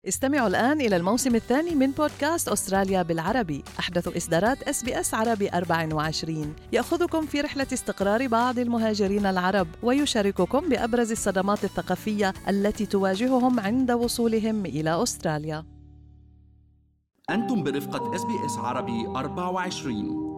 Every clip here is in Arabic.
استمعوا الآن إلى الموسم الثاني من بودكاست أستراليا بالعربي، أحدث إصدارات SBS عربي 24، يأخذكم في رحلة استقرار بعض المهاجرين العرب ويشارككم بأبرز الصدمات الثقافية التي تواجههم عند وصولهم إلى أستراليا. أنتم برفقة SBS عربي 24.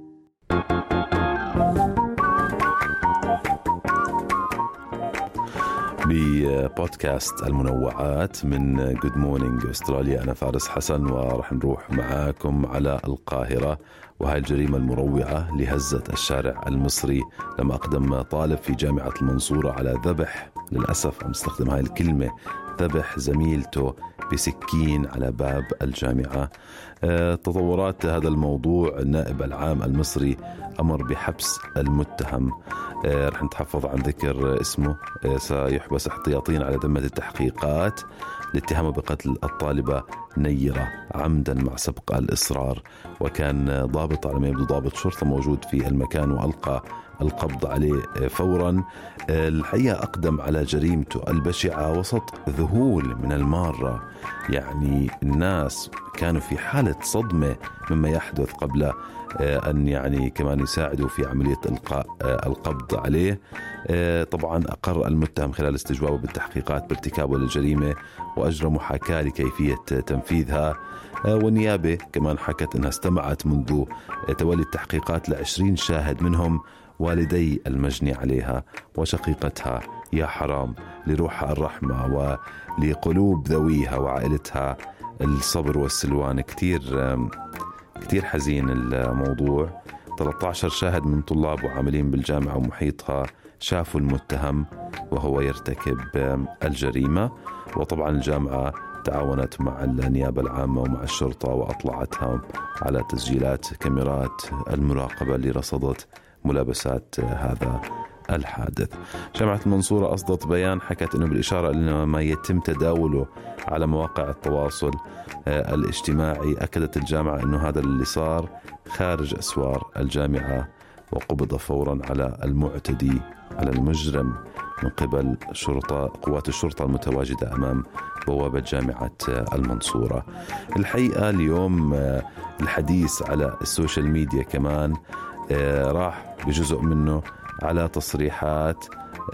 ببودكاست المنوعات من Good Morning أستراليا، أنا فارس حسن، ورح نروح معاكم على القاهرة وهاي الجريمة المروعة لهزة الشارع المصري لما أقدم طالب في جامعة المنصورة على ذبح، للأسف عم استخدم هاي الكلمة، ذبح زميلته بسكين على باب الجامعة. تطورات هذا الموضوع، النائب العام المصري أمر بحبس المتهم، رح نتحفظ عن ذكر اسمه، سيحبس احتياطيا على ذمة التحقيقات لاتهامه بقتل الطالبة نيرة عمدا مع سبق الإصرار، وكان ضابط على ما يبدو ضابط شرطة موجود في المكان وألقى القبض عليه فورا. الحقيقة أقدم على جريمته البشعة وسط ذهول من المارة، يعني الناس كانوا في حالة صدمة مما يحدث قبل أن يعني كمان يساعدوا في عملية إلقاء القبض عليه. طبعا أقر المتهم خلال استجوابه بالتحقيقات بارتكابه للجريمة وأجرى محاكاة لكيفية تنفيذها، والنيابة كمان حكت أنها استمعت منذ تولي التحقيقات ل20 شاهد، منهم والدي المجني عليها وشقيقتها، يا حرام، لروحها الرحمة ولقلوب ذويها وعائلتها الصبر والسلوان. كتير حزين الموضوع. 13 شاهد من طلاب وعاملين بالجامعة ومحيطها شافوا المتهم وهو يرتكب الجريمة، وطبعا الجامعة تعاونت مع النيابة العامة ومع الشرطة وأطلعتها على تسجيلات كاميرات المراقبة اللي رصدت ملابسات هذا الحادث. جامعة المنصورة أصدرت بيان حكت أنه بالإشارة إلى ما يتم تداوله على مواقع التواصل الاجتماعي، أكدت الجامعة أنه هذا اللي صار خارج أسوار الجامعة، وقبض فورا على المعتدي، على المجرم، من قبل قوات الشرطة المتواجدة أمام بوابة جامعة المنصورة. الحقيقة اليوم الحديث على السوشيال ميديا كمان راح بجزء منه على تصريحات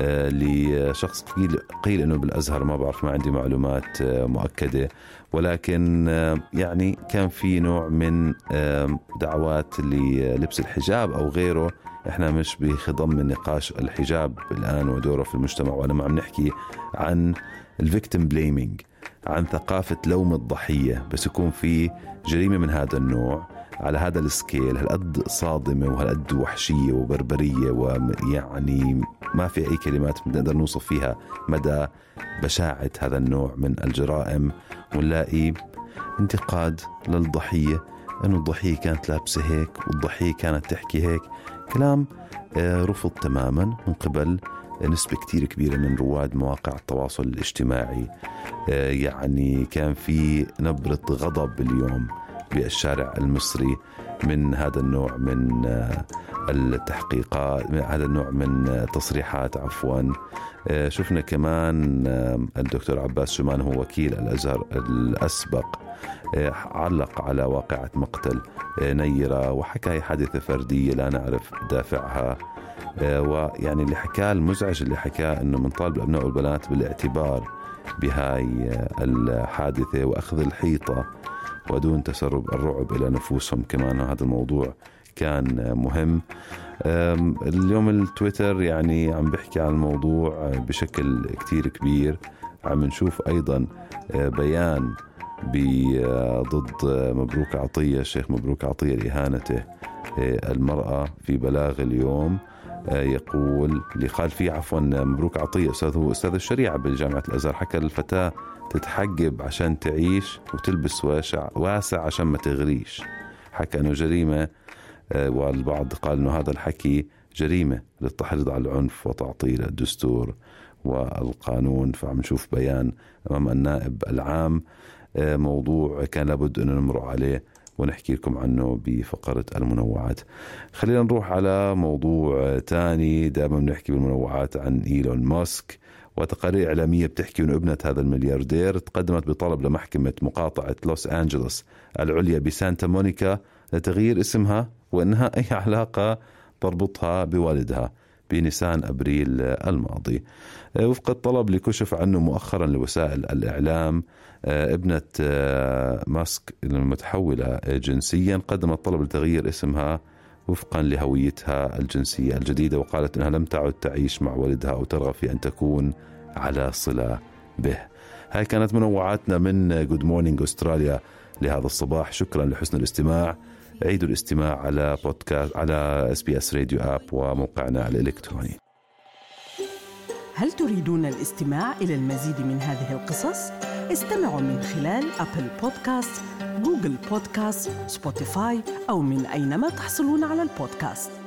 لشخص قيل أنه بالأزهر، ما بعرف، ما عندي معلومات مؤكدة، ولكن يعني كان في نوع من دعوات للبس الحجاب أو غيره. احنا مش بخضم نقاش الحجاب الآن ودوره في المجتمع، وأنا ما عم نحكي عن الفيكتيم بليمينج، عن ثقافة لوم الضحية، بس يكون في جريمة من هذا النوع على هذا السكيل هالقد صادمة وهالقد وحشية وبربرية، ويعني ما في أي كلمات بنقدر نوصف فيها مدى بشاعة هذا النوع من الجرائم. ونلاقي انتقاد للضحية، أنه الضحية كانت لابسة هيك والضحية كانت تحكي هيك، كلام رفض تماما من قبل نسبة كتير كبيرة من رواد مواقع التواصل الاجتماعي. يعني كان في نبرة غضب اليوم بالشارع المصري من هذا النوع من التحقيقات، من هذا النوع من التصريحات عفوا. شفنا كمان الدكتور عباس شمان، هو وكيل الأزهر الأسبق، علق على واقعة مقتل نيرة وحكى هي حادثة فردية لا نعرف دافعها، ويعني اللي حكاه المزعج اللي حكاه أنه من طالب الأبناء والبنات بالاعتبار بهاي الحادثة وأخذ الحيطة ودون تسرب الرعب إلى نفوسهم كمان. هذا الموضوع كان مهم. اليوم التويتر يعني عم بحكي عن الموضوع بشكل كتير كبير. عم نشوف أيضا بيان ضد مبروك عطية، الشيخ مبروك عطية لإهانته المرأة في بلاغ اليوم. يقول اللي قال فيه عفوا مبروك عطية هو أستاذ الشريعة بجامعة الأزهر، حكى الفتاة تتحجب عشان تعيش وتلبس واسع عشان ما تغريش، حكى أنه جريمة، والبعض قال أنه هذا الحكي جريمة للتحريض على العنف وتعطيل الدستور والقانون. فعم نشوف بيان أمام النائب العام، موضوع كان لابد أن نمر عليه ونحكي لكم عنه بفقرة المنوعات. خلينا نروح على موضوع تاني. دائما نحكي بالمنوعات عن إيلون ماسك وتقارير إعلامية بتحكي أن ابنة هذا الملياردير تقدمت بطلب لمحكمة مقاطعة لوس أنجلوس العليا بسانتا مونيكا لتغيير اسمها وأنها أي علاقة تربطها بوالدها بنيسان أبريل الماضي. وفق الطلب اللي كشف عنه مؤخرا لوسائل الإعلام، ابنة ماسك المتحولة جنسيا قدمت طلب لتغيير اسمها وفقا لهويتها الجنسية الجديدة، وقالت أنها لم تعد تعيش مع والدها أو ترغب في أن تكون على صلة به. هاي كانت منوعاتنا من Good Morning أستراليا لهذا الصباح. شكرا لحسن الاستماع. عيدوا الاستماع على بودكاست على SBS راديو آب وموقعنا الإلكتروني. هل تريدون الاستماع إلى المزيد من هذه القصص؟ استمعوا من خلال أبل بودكاست، جوجل بودكاست، سبوتيفاي أو من أينما تحصلون على البودكاست.